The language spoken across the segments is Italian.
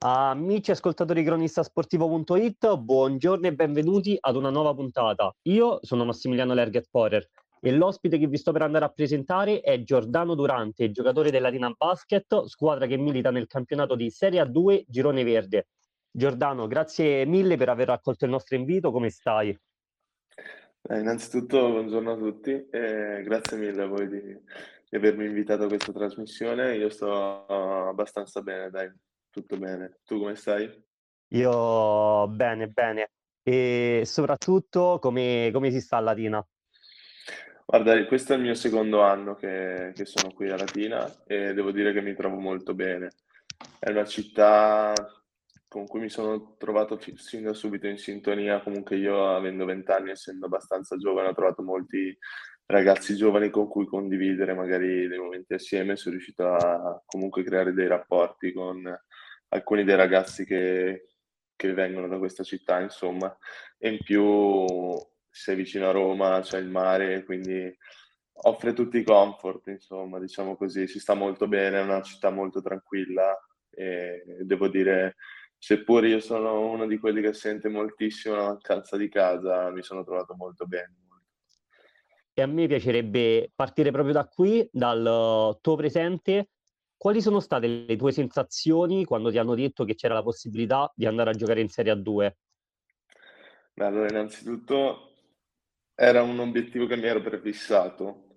Amici ascoltatori di cronistasportivo.it, buongiorno e benvenuti ad una nuova puntata. Io sono Massimiliano Lerget Porer e l'ospite che vi sto per andare a presentare è Giordano Durante, giocatore dell'Arena Basket, squadra che milita nel campionato di Serie A2 Girone Verde. Giordano, grazie mille per aver accolto il nostro invito, come stai? Innanzitutto buongiorno a tutti e grazie mille a voi di avermi invitato a questa trasmissione. Io sto abbastanza bene, dai, tutto bene. Tu come stai? Io bene, bene. E soprattutto come si sta a Latina? Guarda, questo è il mio secondo anno che sono qui a Latina e devo dire che mi trovo molto bene. È una città con cui mi sono trovato sin da subito in sintonia. Comunque io, avendo 20 anni, essendo abbastanza giovane, ho trovato molti ragazzi giovani con cui condividere magari dei momenti assieme. Sono riuscito a comunque creare dei rapporti con alcuni dei ragazzi che vengono da questa città, insomma. E in più sei vicino a Roma, c'è il mare, quindi offre tutti i comfort, insomma, diciamo così. Si sta molto bene, è una città molto tranquilla e devo dire, seppur io sono uno di quelli che sente moltissimo la mancanza di casa, mi sono trovato molto bene. E a me piacerebbe partire proprio da qui, dal tuo presente. Quali sono state le tue sensazioni quando ti hanno detto che c'era la possibilità di andare a giocare in Serie A2? Beh, allora innanzitutto era un obiettivo che mi ero prefissato.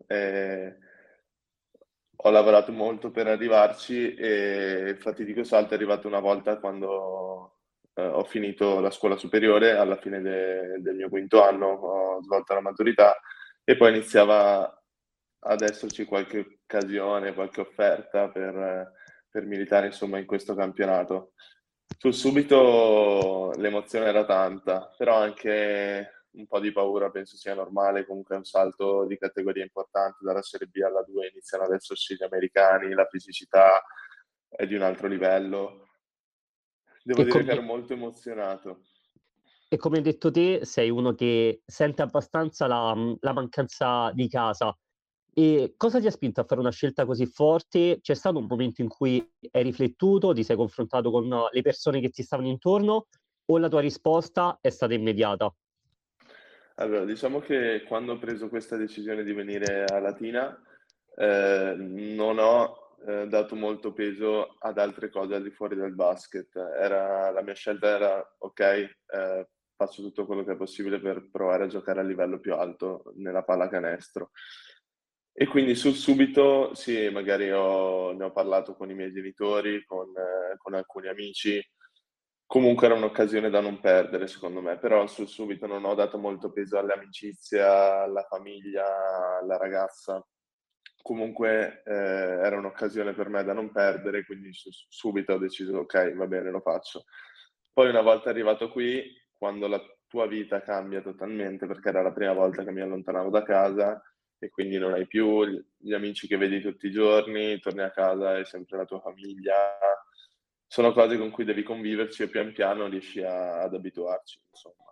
Ho lavorato molto per arrivarci e il fatidico salto è arrivato una volta quando ho finito la scuola superiore, alla fine del mio quinto anno, ho svolto la maturità e poi iniziava ad esserci qualche occasione, qualche offerta per militare insomma in questo campionato. Sul subito l'emozione era tanta, però anche un po' di paura penso sia normale, comunque è un salto di categoria importante, dalla Serie B alla 2 iniziano ad esserci gli americani, la fisicità è di un altro livello. E Devo dire che come ero molto emozionato. e come hai detto te, sei uno che sente abbastanza la mancanza di casa. E cosa ti ha spinto a fare una scelta così forte? C'è stato un momento in cui hai riflettuto, ti sei confrontato con le persone che ti stavano intorno o la tua risposta è stata immediata? Allora, diciamo che quando ho preso questa decisione di venire a Latina, non ho, dato molto peso ad altre cose al di fuori del basket. La mia scelta era: okay, faccio tutto quello che è possibile per provare a giocare a livello più alto nella pallacanestro. E quindi sul subito sì, magari ne ho parlato con i miei genitori, con alcuni amici. Comunque era un'occasione da non perdere secondo me, però sul subito non ho dato molto peso all'amicizia, alla famiglia, alla ragazza. Comunque, era un'occasione per me da non perdere, quindi subito ho deciso: "Okay, va bene, lo faccio". Poi una volta arrivato qui, quando la tua vita cambia totalmente, perché era la prima volta che mi allontanavo da casa e quindi non hai più gli amici che vedi tutti i giorni, torni a casa, è sempre la tua famiglia. Sono cose con cui devi conviverci e pian piano riesci ad abituarci, insomma.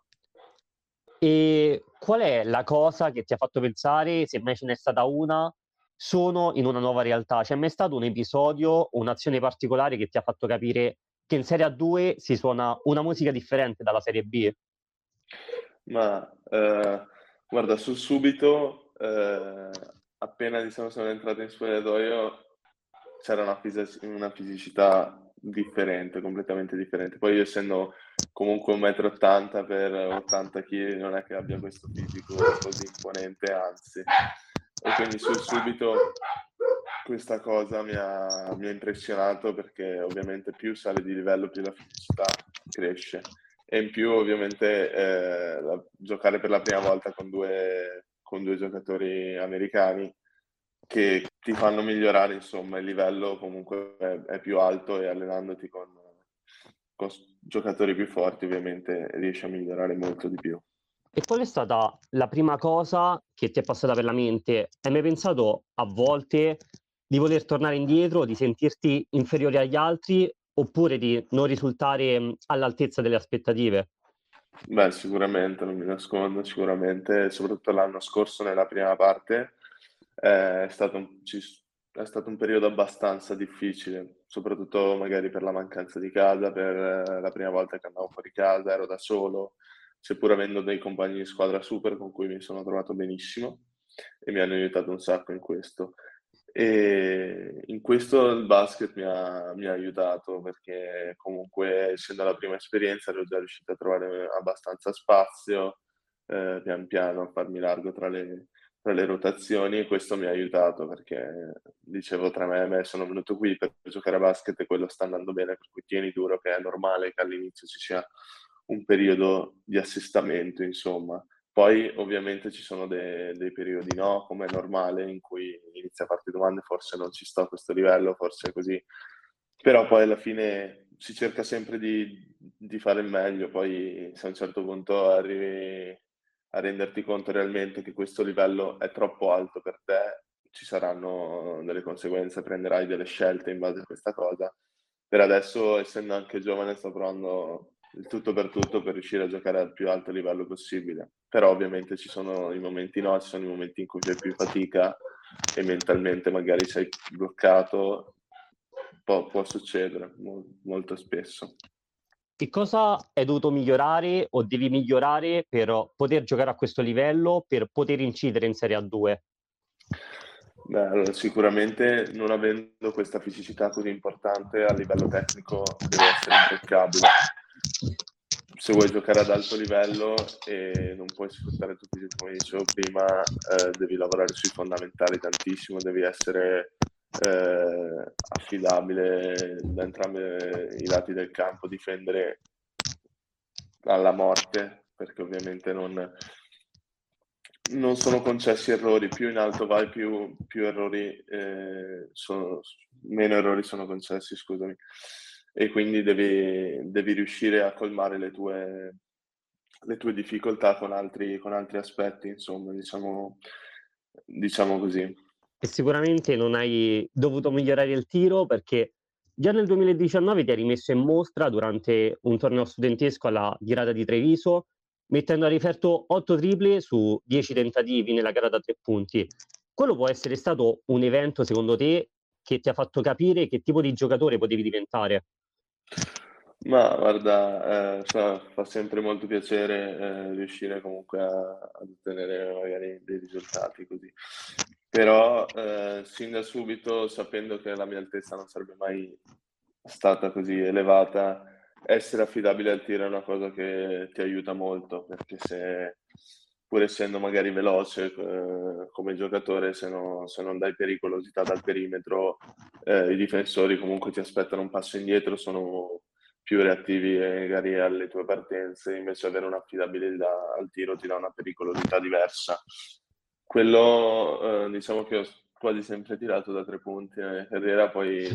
E qual è la cosa che ti ha fatto pensare, se mai ce n'è stata una: "Sono in una nuova realtà"? C'è mai stato un episodio o un'azione particolare che ti ha fatto capire che in Serie A2 si suona una musica differente dalla Serie B? Ma, guarda, sul subito, appena diciamo sono entrato in spogliatoio, c'era una fisicità differente, completamente differente. Poi io, essendo comunque 1,80 m per 80 chili, non è che abbia questo fisico così imponente, anzi. E quindi sul subito questa cosa mi ha impressionato, perché ovviamente più sale di livello, più la fisicità cresce. E in più ovviamente, giocare per la prima volta con due giocatori americani che ti fanno migliorare, insomma, il livello comunque è più alto, e allenandoti con giocatori più forti ovviamente riesci a migliorare molto di più. E qual è stata la prima cosa che ti è passata per la mente? Hai mai pensato a volte di voler tornare indietro, di sentirti inferiore agli altri, oppure di non risultare, all'altezza delle aspettative? Beh, sicuramente, non mi nascondo, sicuramente, soprattutto l'anno scorso nella prima parte, è stato un periodo abbastanza difficile, soprattutto magari per la mancanza di casa, per la prima volta che andavo fuori casa, ero da solo, seppur avendo dei compagni di squadra super con cui mi sono trovato benissimo e mi hanno aiutato un sacco in questo. E in questo il basket mi ha aiutato perché comunque essendo la prima esperienza ero già riuscito a trovare abbastanza spazio, pian piano a farmi largo tra le rotazioni e questo mi ha aiutato perché dicevo tra me e me sono venuto qui per giocare a basket e quello sta andando bene, per cui tieni duro che è normale che all'inizio ci sia un periodo di assestamento, insomma. Poi ovviamente ci sono dei periodi no, come è normale, in cui inizi a farti domande, forse non ci sto a questo livello, forse è così. Però poi alla fine si cerca sempre di fare il meglio, poi se a un certo punto arrivi a renderti conto realmente che questo livello è troppo alto per te, ci saranno delle conseguenze, prenderai delle scelte in base a questa cosa. Per adesso, essendo anche giovane, sto provando il tutto per riuscire a giocare al più alto livello possibile. Però ovviamente ci sono i momenti no, ci sono i momenti in cui fai più fatica e mentalmente magari sei bloccato, può succedere molto spesso. Che cosa hai dovuto migliorare o devi migliorare per poter giocare a questo livello, per poter incidere in Serie A2? Beh, allora, sicuramente non avendo questa fisicità così importante a livello tecnico devi essere impeccabile. Se vuoi giocare ad alto livello e non puoi sfruttare tutti, come dicevo prima, devi lavorare sui fondamentali tantissimo, devi essere affidabile da entrambi i lati del campo, difendere alla morte, perché ovviamente non sono concessi errori, più in alto vai più errori meno errori sono concessi, scusami. E quindi devi riuscire a colmare le tue difficoltà con altri aspetti, insomma, diciamo così. E sicuramente non hai dovuto migliorare il tiro perché già nel 2019 ti hai rimesso in mostra durante un torneo studentesco alla Virata di Treviso, mettendo a riferto 8 triple su 10 tentativi nella gara da 3 punti. Quello può essere stato un evento, secondo te, che ti ha fatto capire che tipo di giocatore potevi diventare? Ma guarda, fa sempre molto piacere, riuscire comunque ad ottenere magari dei risultati così. Però, sin da subito, sapendo che la mia altezza non sarebbe mai stata così elevata, essere affidabile al tiro è una cosa che ti aiuta molto, perché se pur essendo magari veloce, come giocatore, se non dai pericolosità dal perimetro, i difensori comunque ti aspettano un passo indietro, sono più reattivi magari alle tue partenze, invece avere un'affidabilità al tiro ti dà una pericolosità diversa. Quello, diciamo che ho quasi sempre tirato da 3 punti nella mia carriera, poi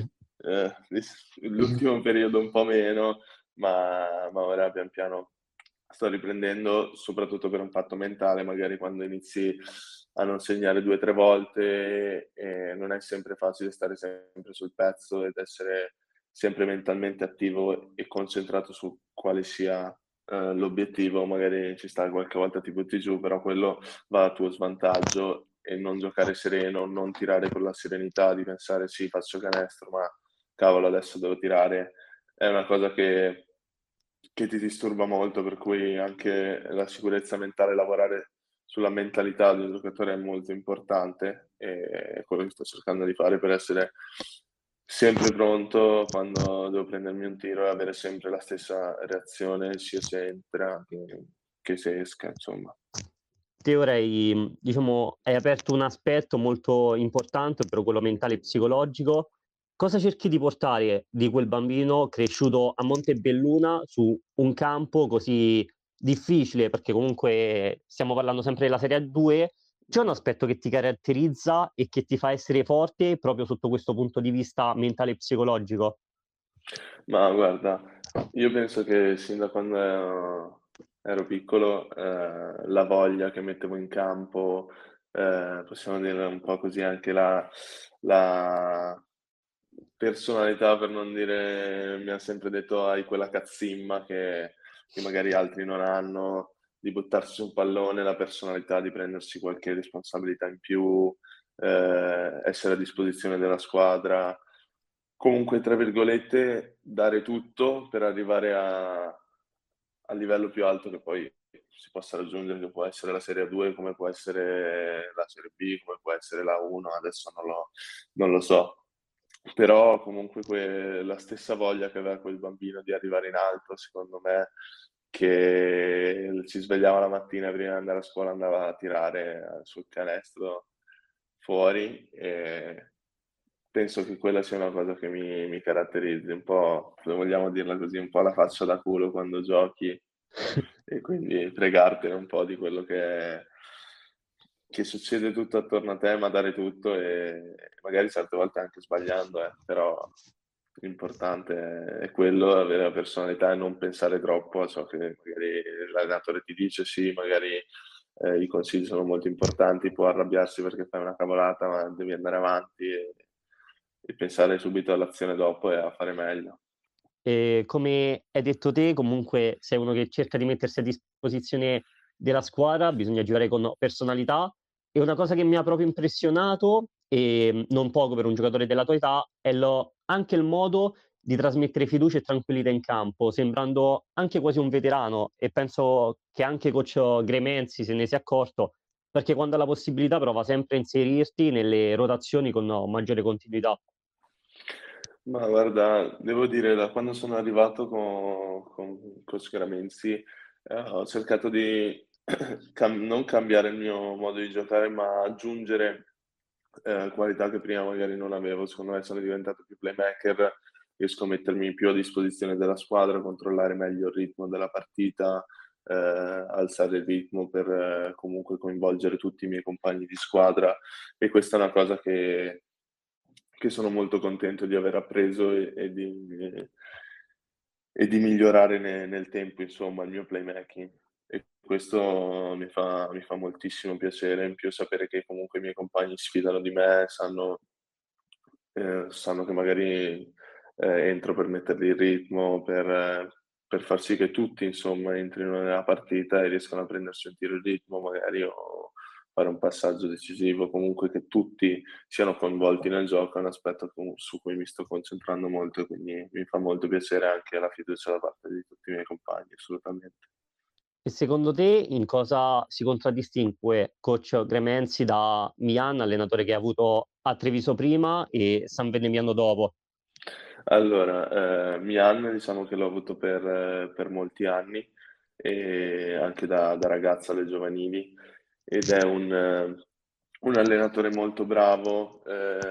l'ultimo periodo un po' meno, ma ora pian piano sto riprendendo, soprattutto per un fatto mentale, magari quando inizi a non segnare 2 o 3 volte, non è sempre facile stare sempre sul pezzo ed essere sempre mentalmente attivo e concentrato su quale sia, l'obiettivo. Magari ci sta qualche volta ti butti giù, però quello va a tuo svantaggio e non giocare sereno, non tirare con la serenità di pensare: "Sì, faccio canestro, ma cavolo adesso devo tirare", è una cosa che ti disturba molto, per cui anche la sicurezza mentale, lavorare sulla mentalità del giocatore è molto importante, è quello che sto cercando di fare per essere sempre pronto quando devo prendermi un tiro e avere sempre la stessa reazione, sia se entra che se esca, insomma. Te ora hai, diciamo, hai aperto un aspetto molto importante, ovvero quello mentale e psicologico. Cosa cerchi di portare di quel bambino cresciuto a Montebelluna su un campo così difficile, perché comunque stiamo parlando sempre della Serie A2, c'è un aspetto che ti caratterizza e che ti fa essere forte proprio sotto questo punto di vista mentale e psicologico? Ma guarda, io penso che sin da quando ero piccolo, la voglia che mettevo in campo, possiamo dire un po' così anche la personalità, per non dire mi han sempre detto: "Hai quella cazzimma che magari altri non hanno", di buttarsi su un pallone, la personalità di prendersi qualche responsabilità in più, essere a disposizione della squadra. comunque, tra virgolette, dare tutto per arrivare al livello più alto che poi si possa raggiungere, che può essere la Serie A2, come può essere la Serie B, come può essere la A1, adesso non lo so. Però comunque la stessa voglia che aveva quel bambino di arrivare in alto, secondo me, che si svegliava la mattina prima di andare a scuola, andava a tirare sul canestro fuori, e penso che quella sia una cosa che mi caratterizzi, un po', se vogliamo dirla così, un po' la faccia da culo quando giochi, e quindi fregartene un po' di quello che succede tutto attorno a te, ma dare tutto, e magari certe volte anche sbagliando, però l'importante è quello, avere la personalità e non pensare troppo a ciò che magari l'allenatore ti dice. Sì, magari i consigli sono molto importanti, può arrabbiarsi perché fai una cavolata, ma devi andare avanti e pensare subito all'azione dopo e a fare meglio. E come hai detto te, comunque sei uno che cerca di mettersi a disposizione della squadra, bisogna giocare con personalità e una cosa che mi ha proprio impressionato, non poco per un giocatore della tua età, è anche il modo di trasmettere fiducia e tranquillità in campo, sembrando anche quasi un veterano e penso che anche coach Gremenzi se ne sia accorto, perché quando ha la possibilità prova sempre a inserirti nelle rotazioni con maggiore continuità. Ma guarda, devo dire, da quando sono arrivato con Coach Gramenzi, ho cercato di non cambiare il mio modo di giocare, ma aggiungere qualità che prima magari non avevo. Secondo me sono diventato più playmaker, riesco a mettermi più a disposizione della squadra, controllare meglio il ritmo della partita, alzare il ritmo per comunque coinvolgere tutti i miei compagni di squadra, e questa è una cosa che sono molto contento di aver appreso e di migliorare nel tempo, insomma, il mio playmaking. E questo mi fa moltissimo piacere, in più sapere che comunque i miei compagni si fidano di me, sanno che magari entro per mettergli il ritmo, per far sì che tutti, insomma, entrino nella partita e riescano a prendersi un tiro il ritmo magari, o fare un passaggio decisivo, comunque che tutti siano coinvolti nel gioco, è un aspetto su cui mi sto concentrando molto, e quindi mi fa molto piacere anche la fiducia da parte di tutti i miei compagni, assolutamente. E secondo te in cosa si contraddistingue coach Gremenzi da Mian, allenatore che hai avuto a Treviso prima e San Vendemiano dopo? Allora, Mian diciamo che l'ho avuto per molti anni, anche da ragazzo alle giovanili, ed è un allenatore molto bravo,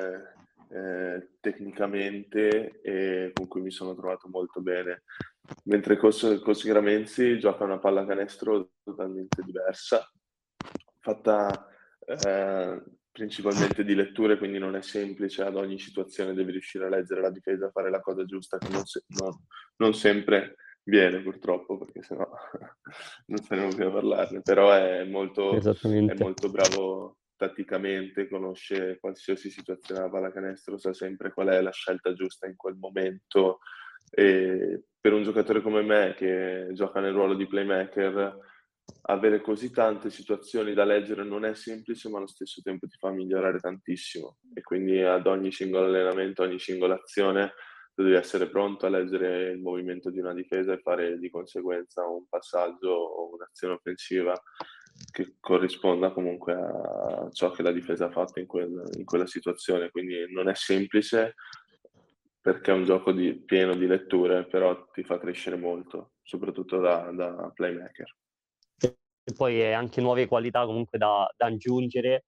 tecnicamente, e con cui mi sono trovato molto bene. Mentre Coach Gramenzi gioca una pallacanestro totalmente diversa, fatta principalmente di letture, quindi non è semplice, ad ogni situazione devi riuscire a leggere la difesa, fare la cosa giusta, che non sempre viene purtroppo, perché sennò non saremo qui a parlarne, però è Esattamente. molto bravo tatticamente, conosce qualsiasi situazione alla pallacanestro, sa sempre qual è la scelta giusta in quel momento, e per un giocatore come me che gioca nel ruolo di playmaker, avere così tante situazioni da leggere non è semplice, ma allo stesso tempo ti fa migliorare tantissimo, e quindi ad ogni singolo allenamento, ogni singola azione, tu devi essere pronto a leggere il movimento di una difesa e fare di conseguenza un passaggio o un'azione offensiva che corrisponda comunque a ciò che la difesa ha fatto in quella situazione. Quindi non è semplice, perché è un gioco pieno di letture, però ti fa crescere molto, soprattutto da playmaker. E poi anche nuove qualità comunque da aggiungere,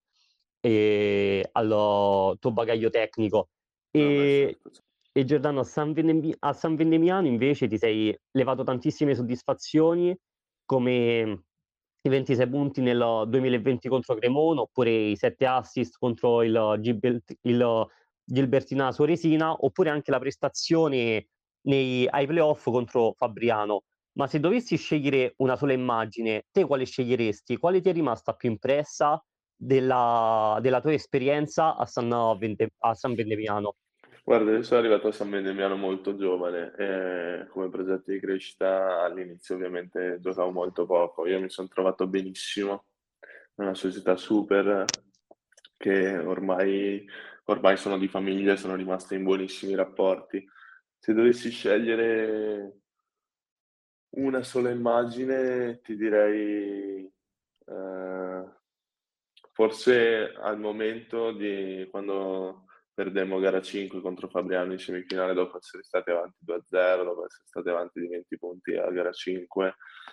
al tuo bagaglio tecnico. No, beh, E certo. e Giordano, a San Vendemiano invece ti sei levato tantissime soddisfazioni, come i 26 punti nel 2020 contro Cremona, oppure i 7 assist contro il Gilbertinaso Resina, oppure anche la prestazione ai playoff contro Fabriano. Ma se dovessi scegliere una sola immagine, te quale sceglieresti? Quale ti è rimasta più impressa della tua esperienza a San Vendemiano? Guarda, io sono arrivato a San Beniamino molto giovane, come progetto di crescita all'inizio ovviamente giocavo molto poco. Io mi son trovato benissimo, è una società super, che ormai ormai sono di famiglia e sono rimaste in buonissimi rapporti. Se dovessi scegliere una sola immagine, ti direi, ehm, forse al momento di quando perdemmo gara 5 contro Fabriano in semifinale dopo essere stati avanti 2-0, dopo essere stati avanti di 20 punti a gara 5.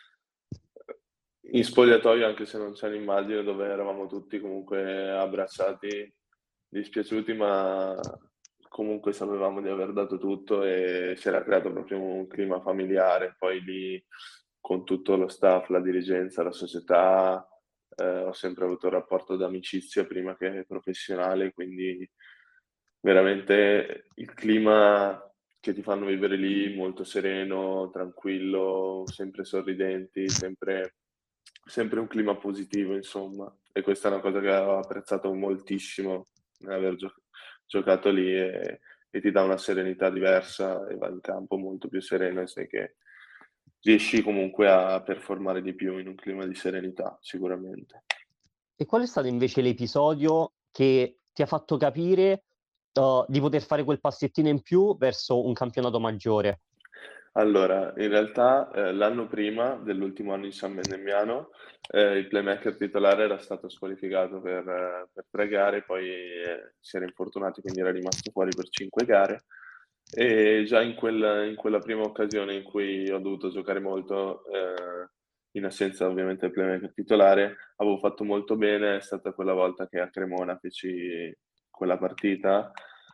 In spogliatoio, anche se non c'è l'immagine, dove eravamo tutti comunque abbracciati, dispiaciuti, ma comunque sapevamo di aver dato tutto e si era creato proprio un clima familiare. Poi lì, con tutto lo staff, la dirigenza, la società, ho sempre avuto un rapporto d'amicizia prima che professionale, quindi veramente il clima che ti fanno vivere lì molto sereno, tranquillo, sempre sorridenti, sempre un clima positivo, insomma. E questa è una cosa che ho apprezzato moltissimo nell'aver giocato lì e ti dà una serenità diversa e vai in campo molto più sereno e sai che riesci comunque a performare di più in un clima di serenità, sicuramente. E qual è stato invece l'episodio che ti ha fatto capire, di poter fare quel passettino in più verso un campionato maggiore? Allora, in realtà, l'anno prima dell'ultimo anno in San Mennemiano, il playmaker titolare era stato squalificato per 3 gare, poi, si era infortunato, quindi era rimasto fuori per 5 gare. E già in quella prima occasione in cui ho dovuto giocare molto, in assenza ovviamente del playmaker titolare, avevo fatto molto bene. È stata quella volta che a Cremona feci quella partita,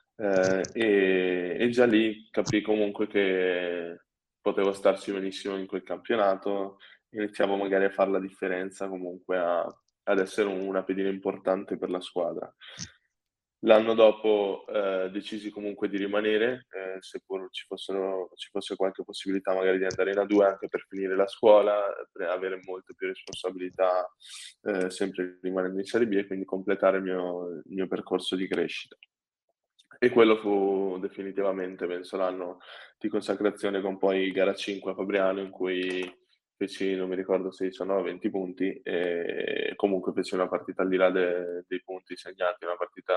e già lì capii comunque che potevo starci benissimo in quel campionato, iniziavo magari a far la differenza, comunque ad essere una pedina importante per la squadra. L'anno dopo, decisi comunque di rimanere, seppur ci fosse qualche possibilità magari di andare in A2 anche per finire la scuola, per avere molte più responsabilità, sempre rimanendo in Serie B e quindi completare il mio percorso di crescita. E quello fu definitivamente, penso, l'anno di consacrazione con poi gara 5 a Fabriano in cui feci, non mi ricordo se 19 o 20 punti e comunque feci una partita al di là dei punti segnati, una partita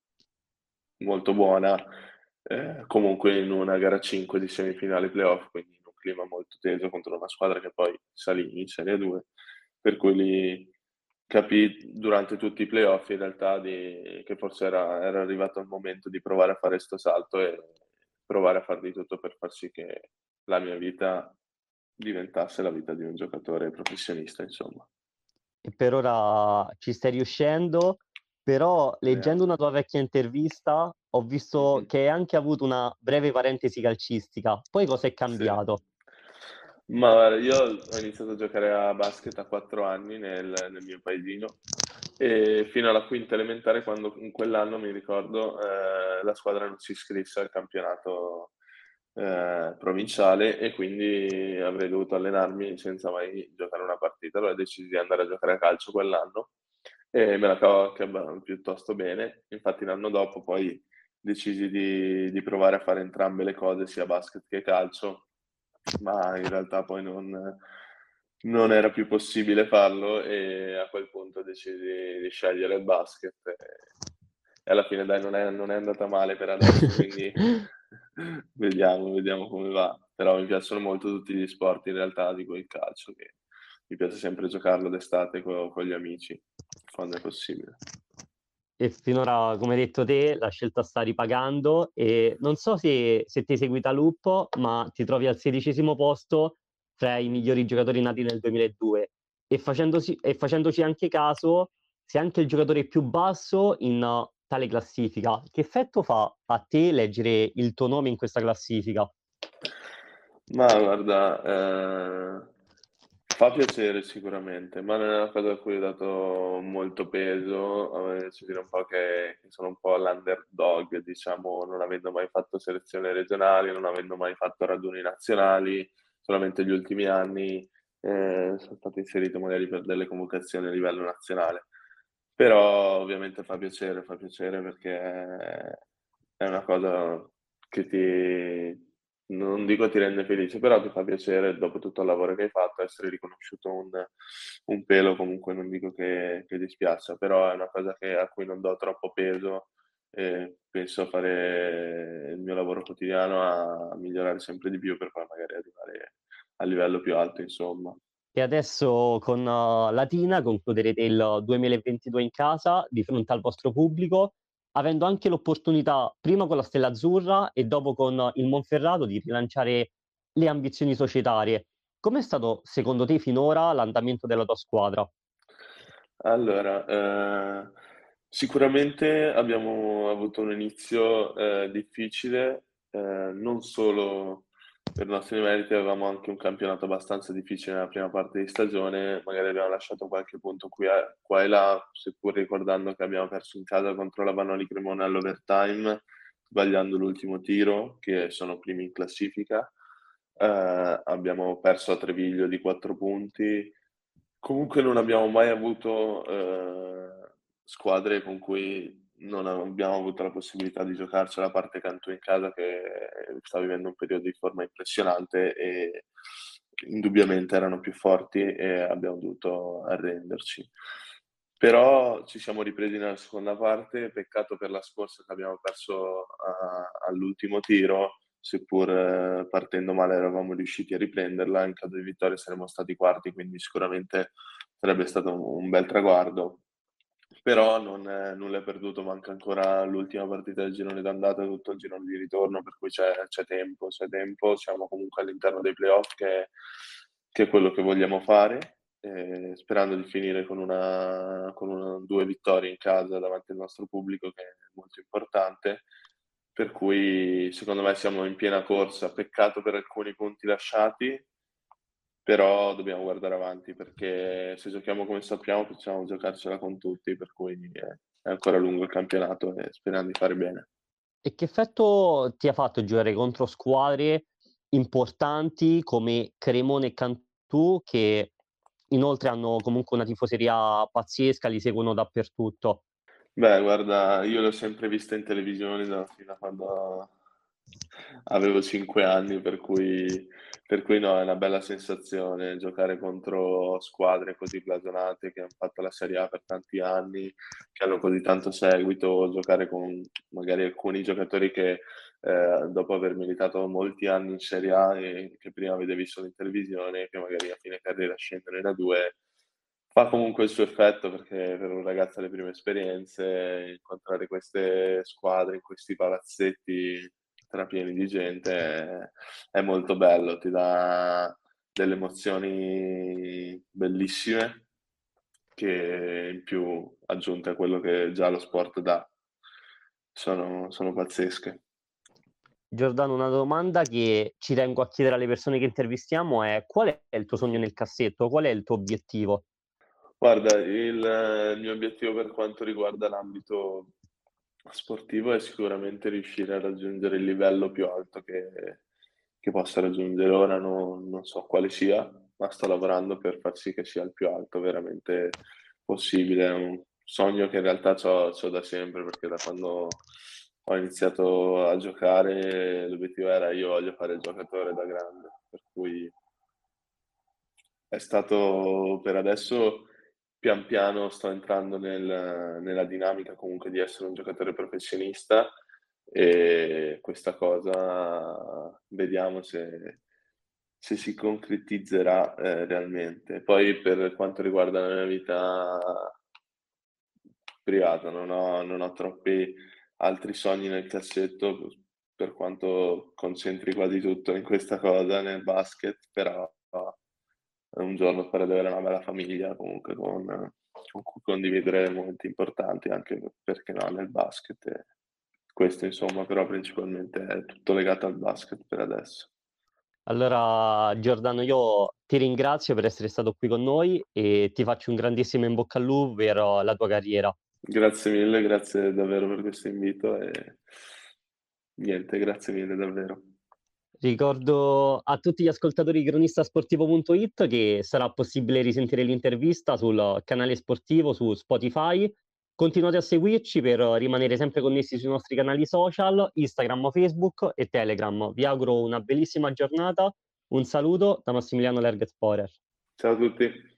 molto buona, comunque in una gara 5 di semifinale playoff, quindi in un clima molto teso contro una squadra che poi salì in Serie 2, per cui lì capii durante tutti i playoff in realtà che forse era arrivato il momento di provare a fare 'sto salto e provare a far di tutto per far sì che la mia vita diventasse la vita di un giocatore professionista, insomma. E per ora ci stai riuscendo, però leggendo Speriamo. una tua vecchia intervista ho visto Mh-mh. che hai anche avuto una breve parentesi calcistica. Poi cosa è Sì. cambiato? Ma guarda, io ho iniziato a giocare a basket a 4 anni nel mio paesino e fino alla quinta elementare, quando in quell'anno mi ricordo, la squadra non si iscrisse al campionato, provinciale e quindi avrei dovuto allenarmi senza mai giocare una partita. Allora decisi di andare a giocare a calcio quell'anno e me la cavavo anche piuttosto bene. Infatti l'anno dopo poi decisi di provare a fare entrambe le cose, sia basket che calcio, ma in realtà poi non era più possibile farlo e a quel punto decisi di scegliere il basket e alla fine dai non è andata male per adesso, quindi vediamo come va. Però mi piacciono molto tutti gli sport in realtà, dico il calcio che mi piace sempre giocarlo d'estate con gli amici, quando è possibile. E finora, come hai detto te, la scelta sta ripagando e non so se ti segui Taluppo, ma ti trovi al 16° posto fra i migliori giocatori nati nel 2002 e facendoci anche caso, sei anche il giocatore più basso in tale classifica. Che effetto fa a te leggere il tuo nome in questa classifica? Ma guarda, fa piacere sicuramente, ma non è una cosa a cui ho dato molto peso. A me piace dire un po' che sono un po' l'underdog, diciamo, non avendo mai fatto selezioni regionali, non avendo mai fatto raduni nazionali, solamente gli ultimi anni, sono stato inserito magari per delle convocazioni a livello nazionale. Però ovviamente fa piacere perché è una cosa che non dico ti rende felice, però ti fa piacere dopo tutto il lavoro che hai fatto essere riconosciuto un pelo, comunque non dico che dispiaccia, però è una cosa a cui non do troppo peso e penso a fare il mio lavoro quotidiano, a migliorare sempre di più per poi magari arrivare al livello più alto, insomma. E adesso con Latina concluderete il 2022 in casa, di fronte al vostro pubblico, avendo anche l'opportunità, prima con la Stella Azzurra e dopo con il Monferrato, di rilanciare le ambizioni societarie. Com'è stato secondo te finora l'andamento della tua squadra? Allora, sicuramente abbiamo avuto un inizio, difficile, non solo per i nostri meriti, avevamo anche un campionato abbastanza difficile nella prima parte di stagione, magari abbiamo lasciato qualche punto qui qua e là, seppur ricordando che abbiamo perso in casa contro la Vanoli Cremona all'overtime, sbagliando l'ultimo tiro, che sono primi in classifica. Abbiamo perso a Treviglio di 4 punti. Comunque non abbiamo mai avuto, squadre con cui non abbiamo avuto la possibilità di giocarcela, a parte Cantù in casa che sta vivendo un periodo di forma impressionante e indubbiamente erano più forti e abbiamo dovuto arrenderci. Però ci siamo ripresi nella seconda parte, peccato per la scorsa che abbiamo perso all'ultimo tiro, seppur partendo male eravamo riusciti a riprenderla, in caso di vittoria saremmo stati quarti, quindi sicuramente sarebbe stato un bel traguardo. Però nulla è perduto, manca ancora l'ultima partita del girone d'andata e tutto il girone di ritorno, per cui c'è tempo, siamo comunque all'interno dei playoff che è quello che vogliamo fare, sperando di finire con 2 vittorie in casa davanti al nostro pubblico, che è molto importante. Per cui secondo me siamo in piena corsa, peccato per alcuni punti lasciati, però dobbiamo guardare avanti perché se giochiamo come sappiamo possiamo giocarcela con tutti, per cui è ancora lungo il campionato e speriamo di fare bene. E che effetto ti ha fatto giocare contro squadre importanti come Cremona e Cantù, che inoltre hanno comunque una tifoseria pazzesca, li seguono dappertutto? Beh, guarda, io l'ho sempre vista in televisione fino a quando avevo 5 anni, per cui no, è una bella sensazione giocare contro squadre così blasonate che han fatto la Serie A per tanti anni, che hanno così tanto seguito, giocare con magari alcuni giocatori che, dopo aver militato molti anni in Serie A e che prima vedevi solo in televisione, che magari a fine carriera scendono in A2, fa comunque il suo effetto perché per un ragazzo alle prime esperienze, incontrare queste squadre in questi palazzetti strapieni di gente è molto bello, ti dà delle emozioni bellissime che in più aggiunte a quello che già lo sport dà, sono pazzesche. Giordano, una domanda che ci tengo a chiedere alle persone che intervistiamo è: qual è il tuo sogno nel cassetto? Qual è il tuo obiettivo? Guarda, il mio obiettivo per quanto riguarda l'ambito sportivo è sicuramente riuscire a raggiungere il livello più alto che possa raggiungere. Ora non so quale sia, ma sto lavorando per far sì che sia il più alto veramente possibile. È un sogno che in realtà c'ho da sempre, perché da quando ho iniziato a giocare l'obiettivo era: io voglio fare il giocatore da grande, per cui è stato per adesso pian piano sto entrando nella dinamica comunque di essere un giocatore professionista e questa cosa vediamo se si concretizzerà, realmente. Poi per quanto riguarda la mia vita privata, non ho troppi altri sogni nel cassetto, per quanto concentri quasi tutto in questa cosa, nel basket, però un giorno spero di avere una bella famiglia comunque con cui condividere momenti importanti, anche perché no, nel basket. E questo insomma, però principalmente è tutto legato al basket per adesso. Allora, Giordano, io ti ringrazio per essere stato qui con noi e ti faccio un grandissimo in bocca al lupo per la tua carriera. Grazie mille, grazie davvero per questo invito e niente, grazie mille davvero. Ricordo a tutti gli ascoltatori di cronistasportivo.it che sarà possibile risentire l'intervista sul canale sportivo su Spotify. Continuate a seguirci per rimanere sempre connessi sui nostri canali social, Instagram, Facebook e Telegram. Vi auguro una bellissima giornata. Un saluto da Massimiliano Lerget Forer. Ciao a tutti.